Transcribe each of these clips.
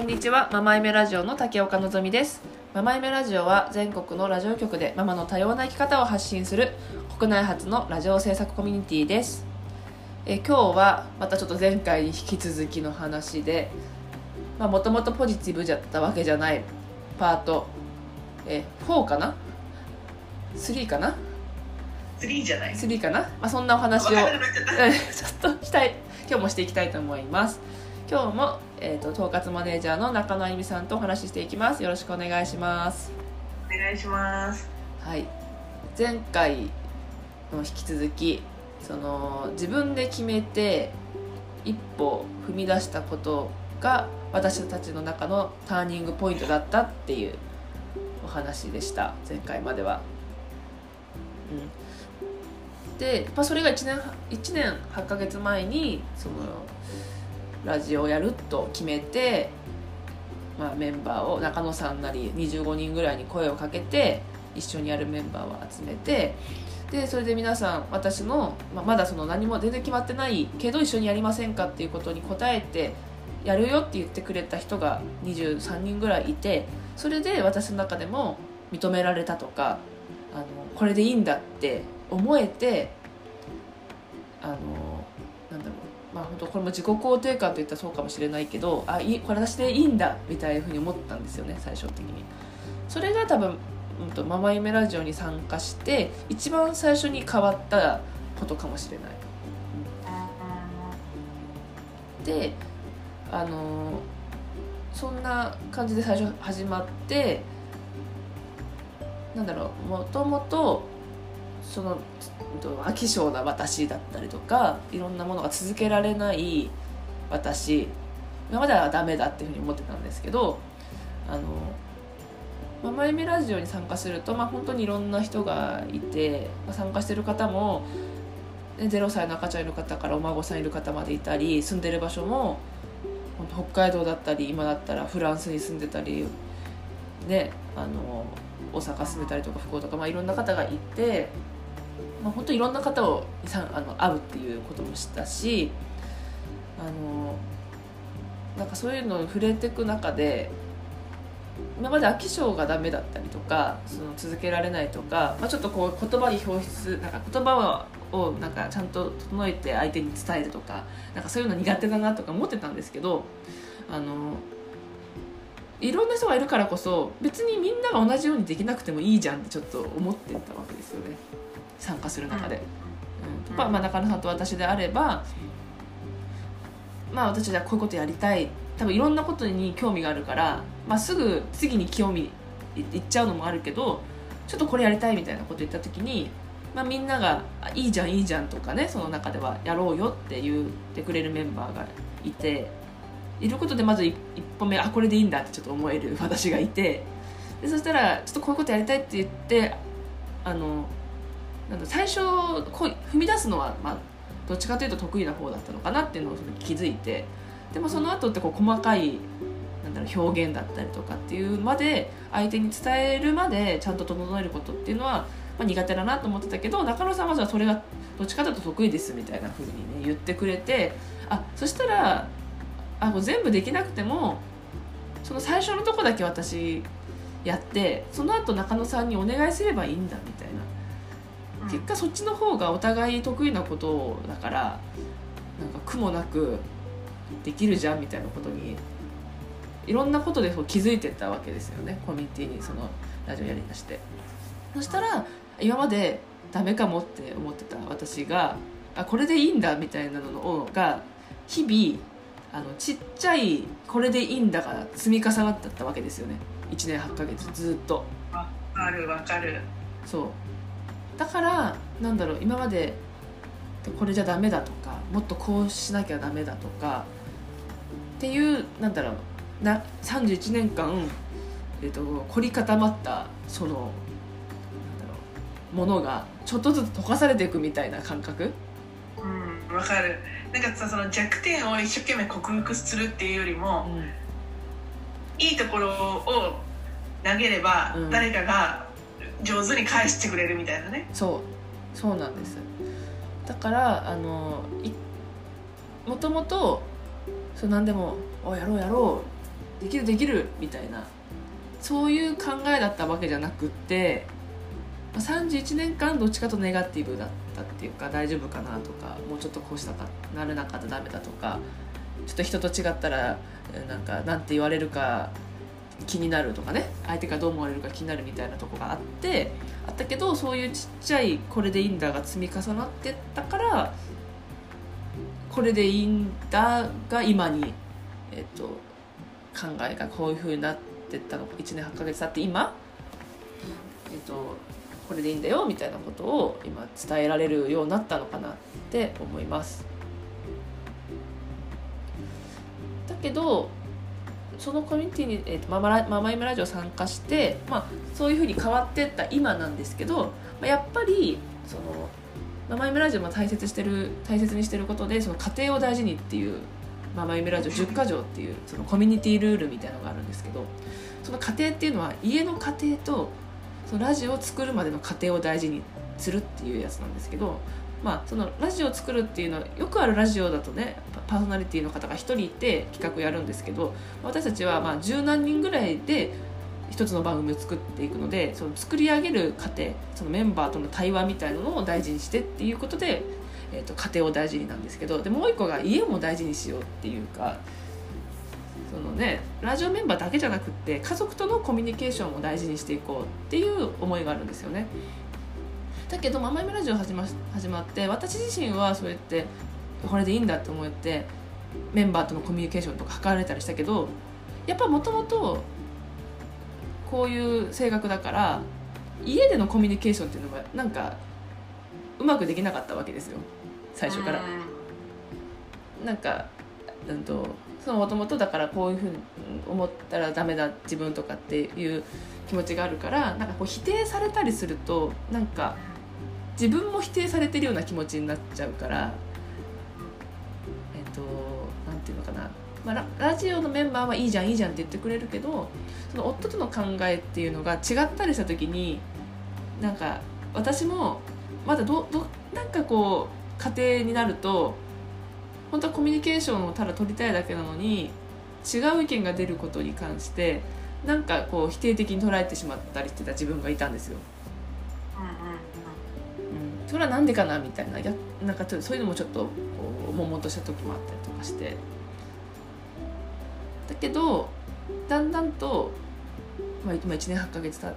にちは。ママイメラジオの竹岡のぞみです。ママイメラジオは全国のラジオ局でママの多様な生き方を発信する国内初のラジオ制作コミュニティです。今日はまたちょっと前回に引き続きの話で、もともとポジティブだったわけじゃないパート、4かな3かな 3じゃない 3かな、そんなお話をちょっと今日もしていきたいと思います。今日も、統括マネージャーの中野あゆみさんとお話ししていきます。よろしくお願いします。 お願いします。 はい、前回の引き続き自分で決めて一歩踏み出したことが私たちの中のターニングポイントだったっていうお話でした。前回までは、で、それが1年8ヶ月前にラジオをやると決めて、メンバーを中野さんなり25人ぐらいに声をかけて一緒にやるメンバーを集めて、でそれで皆さん私の、まだ何も全然決まってないけど一緒にやりませんかっていうことに答えてやるよって言ってくれた人が23人ぐらいいて、それで私の中でも認められたとか、これでいいんだって思えて、本当これも自己肯定感と言ったらそうかもしれないけど、これ私でいいんだみたいなふうに思ったんですよね、最初的に。それが多分、ママ夢ラジオに参加して一番最初に変わったことかもしれない。で、そんな感じで最初始まって、もともと飽き性な私だったりとか、いろんなものが続けられない私、今まではダメだっていうふうに思ってたんですけど、ママ夢ラジオに参加すると、本当にいろんな人がいて、参加してる方も0歳の赤ちゃんいる方からお孫さんいる方までいたり、住んでる場所も北海道だったり、今だったらフランスに住んでたりね、大阪住んでたりとか福岡とか、いろんな方がいて、本当にいろんな方を会うっていうこともしたし、そういうのに触れていく中で、今まで飽き性がダメだったりとか、続けられないとか、ちょっとこう言葉に表出、言葉をちゃんと整えて相手に伝えるとか、そういうの苦手だなとか思ってたんですけど、いろんな人がいるからこそ別にみんなが同じようにできなくてもいいじゃんってちょっと思ってたわけですよね、参加する中で。中野さんと私であれば、私はこういうことやりたい、多分いろんなことに興味があるから、すぐ次に興味いっちゃうのもあるけど、ちょっとこれやりたいみたいなこと言った時に、みんながいいじゃんいいじゃんとかね、その中ではやろうよって言ってくれるメンバーがいて、いることでまず一歩目、これでいいんだってちょっと思える私がいて、でそしたらちょっとこういうことやりたいって言って、最初踏み出すのは、どっちかというと得意な方だったのかなっていうのを気づいて、でもその後って細かい表現だったりとかっていうまで相手に伝えるまでちゃんと整えることっていうのは、苦手だなと思ってたけど、中野さんはそれがどっちかというと得意ですみたいな風にね言ってくれて、そしたら全部できなくてもその最初のとこだけ私やって、その後中野さんにお願いすればいいんだみたいな、結果そっちの方がお互い得意なことだから苦もなくできるじゃんみたいなことにいろんなことで気づいてったわけですよね、コミュニティにラジオやりだして。そしたら今までダメかもって思ってた私がこれでいいんだみたいなのが日々ちっちゃいこれでいいんだが積み重なってったわけですよね、1年8ヶ月ずっと。 わかる。 そうだから今までこれじゃダメだとか、もっとこうしなきゃダメだとかっていう31年間、凝り固まったものがちょっとずつ溶かされていくみたいな感覚。 わかる。その弱点を一生懸命克服するっていうよりも、いいところを投げれば、誰かが上手に返してくれるみたいなね。 そうなんです。だからもともと何でもやろうできるできるみたいな、そういう考えだったわけじゃなくって、31年間どっちかとネガティブだったっていうか、大丈夫かなとか、もうちょっとこうしたかなれなかったらダメだとか、ちょっと人と違ったらなんて言われるか気になるとかね、相手がどう思われるか気になるみたいなとこがあったけど、そういうちっちゃいこれでいいんだが積み重なってったから、これでいいんだが今に、考えがこういう風になってったの、1年8ヶ月経って今、これでいいんだよみたいなことを今伝えられるようになったのかなって思います。だけどそのコミュニティに、ママ夢ラジオ参加して、そういう風に変わっていった今なんですけど、やっぱりそのママ夢ラジオも大切にしてることで、その家庭を大事にっていうママ夢ラジオ10か条っていうそのコミュニティルールみたいなのがあるんですけど、その家庭っていうのは家の家庭とそのラジオを作るまでの過程を大事にするっていうやつなんですけど、そのラジオを作るっていうのはよくあるラジオだとね、パーソナリティの方が1人いて企画やるんですけど、私たちは10何人ぐらいで一つの番組を作っていくので、その作り上げる過程、そのメンバーとの対話みたいなのを大事にしてっていうことで、家庭を大事になんですけど、でもう一個が家も大事にしようっていうか、そのね、ラジオメンバーだけじゃなくって家族とのコミュニケーションを大事にしていこうっていう思いがあるんですよね。だけどママ夢ラジオ始まって私自身はそうやってこれでいいんだって思ってメンバーとのコミュニケーションとか図れたりしたけど、やっぱもともとこういう性格だから家でのコミュニケーションっていうのがなんかうまくできなかったわけですよ、最初から。なんかそのもともとだからこういうふうに思ったらダメだ自分とかっていう気持ちがあるから、なんかこう否定されたりするとなんか自分も否定されてるような気持ちになっちゃうから、なんていうのかな、ラジオのメンバーはいいじゃんいいじゃんって言ってくれるけど、その夫との考えっていうのが違ったりした時に、なんか私もまだなんかこう家庭になると本当はコミュニケーションをただ取りたいだけなのに違う意見が出ることに関してなんかこう否定的に捉えてしまったりしてた自分がいたんですよ。それはなんでかなみたいな、なんかそういうのもちょっと悶々とした時もあったりとかして、だけどだんだんと、今1年8ヶ月経って、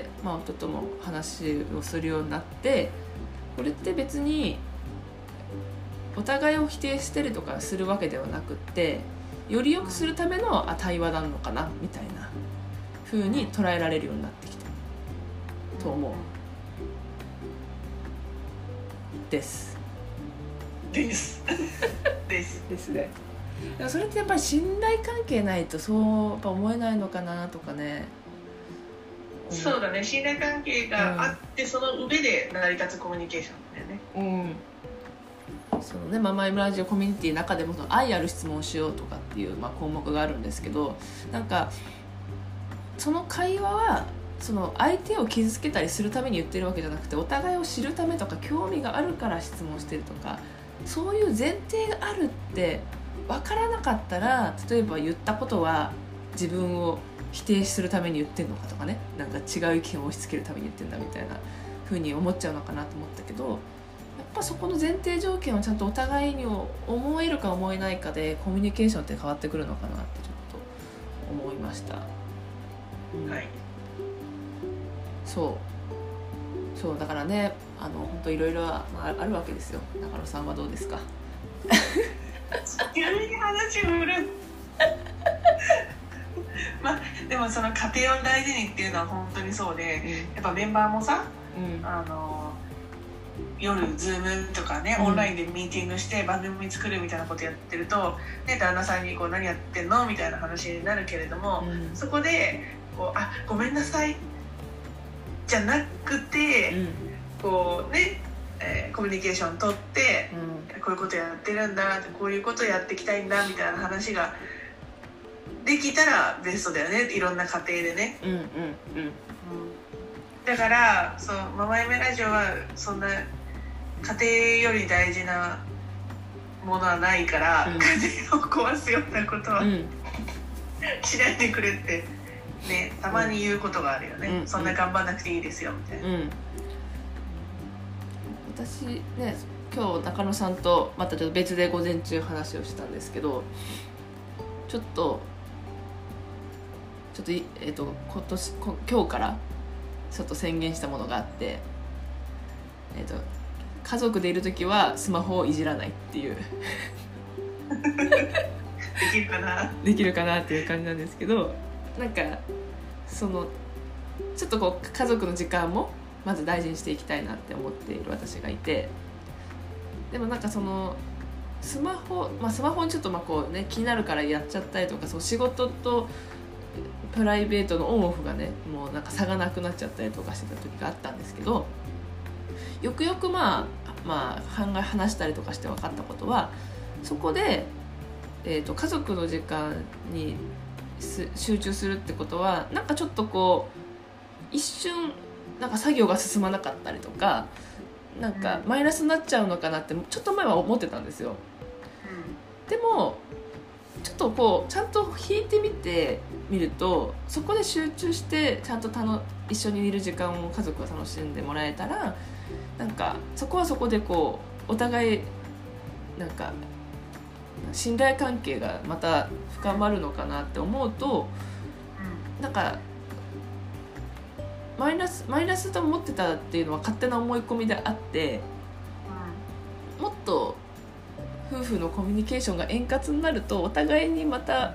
夫とも話をするようになって、これって別にお互いを否定してるとかするわけではなくって、より良くするための対話なのかなみたいな風に捉えられるようになってきたと思うですね。でもそれってやっぱり信頼関係ないとそうやっぱ思えないのかなとかね。 そうだね、信頼関係があって、その上で成り立つコミュニケーションだよね。 そのね、ママ夢ラジオコミュニティの中でもその愛ある質問をしようとかっていう、項目があるんですけど、なんかその会話はその相手を傷つけたりするために言ってるわけじゃなくて、お互いを知るためとか興味があるから質問してるとか、そういう前提があるって分からなかったら、例えば言ったことは自分を否定するために言ってるのかとかね、なんか違う意見を押し付けるために言ってるんだみたいな風に思っちゃうのかなと思ったけど、やっぱそこの前提条件をちゃんとお互いに思えるか思えないかでコミュニケーションって変わってくるのかなってちょっと思いました。 はい。 そうだからね、本当いろいろあるわけですよ。中野さんはどうですか？ 急に話振るでもその家庭を大事にっていうのは本当にそうで、やっぱメンバーもさ、夜ズームとかね、オンラインでミーティングして番組作るみたいなことやってると、ね、旦那さんに何やってんのみたいな話になるけれども、そこでごめんなさいじゃなくて、コミュニケーション取って、こういうことやってるんだ、こういうことやっていきたいんだみたいな話ができたらベストだよね、いろんな家庭でね。だからママ夢ラジオはそんな家庭より大事なものはないから、家庭を壊すようなことは、 しないでくれってね、たまに言うことがあるよね、 うん、 そんな頑張んなくていいですよみたいな、 うん、私ね今日中野さんとまたちょっと別で午前中話をしたんですけど、ちょっと今日からちょっと宣言したものがあって、家族でいるときはスマホをいじらないっていうできるかなできるかなっていう感じなんですけど、なんかそのちょっとこう家族の時間もまず大事にしていきたいなって思っている私がいて、でもなんかそのスマホにちょっとこうね気になるからやっちゃったりとか、そう仕事とプライベートのオンオフがねもうなんか差がなくなっちゃったりとかしてた時があったんですけど、よくよく話したりとかして分かったことは、そこで、家族の時間に集中するってことはなんかちょっとこう一瞬なんか作業が進まなかったりとか、なんかマイナスになっちゃうのかなってちょっと前は思ってたんですよ。でもちょっとこうちゃんと引いてみると、そこで集中してちゃんと一緒にいる時間を家族が楽しんでもらえたら、なんかそこはそこでこうお互いなんか信頼関係がまた深まるのかなって思うと、なんかマイナスと思ってたっていうのは勝手な思い込みであって、もっと夫婦のコミュニケーションが円滑になると、お互いにまた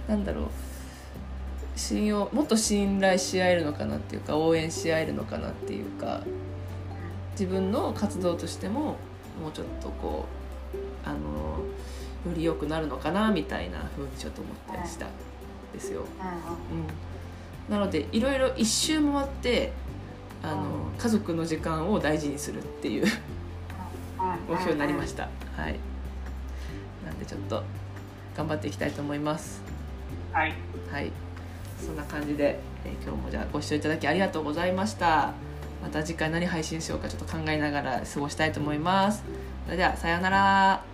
もっと信頼し合えるのかなっていうか、応援し合えるのかなっていうか、自分の活動としてももうちょっとこうより良くなるのかなみたいな風にちょっと思ったりしたんですよ。なのでいろいろ一周回って家族の時間を大事にするっていう目標になりました。はい。なんでちょっと頑張っていきたいと思います。 はい。 はい。そんな感じで、今日もじゃあご視聴いただきありがとうございました。また次回何配信しようかちょっと考えながら過ごしたいと思います。それではさようなら。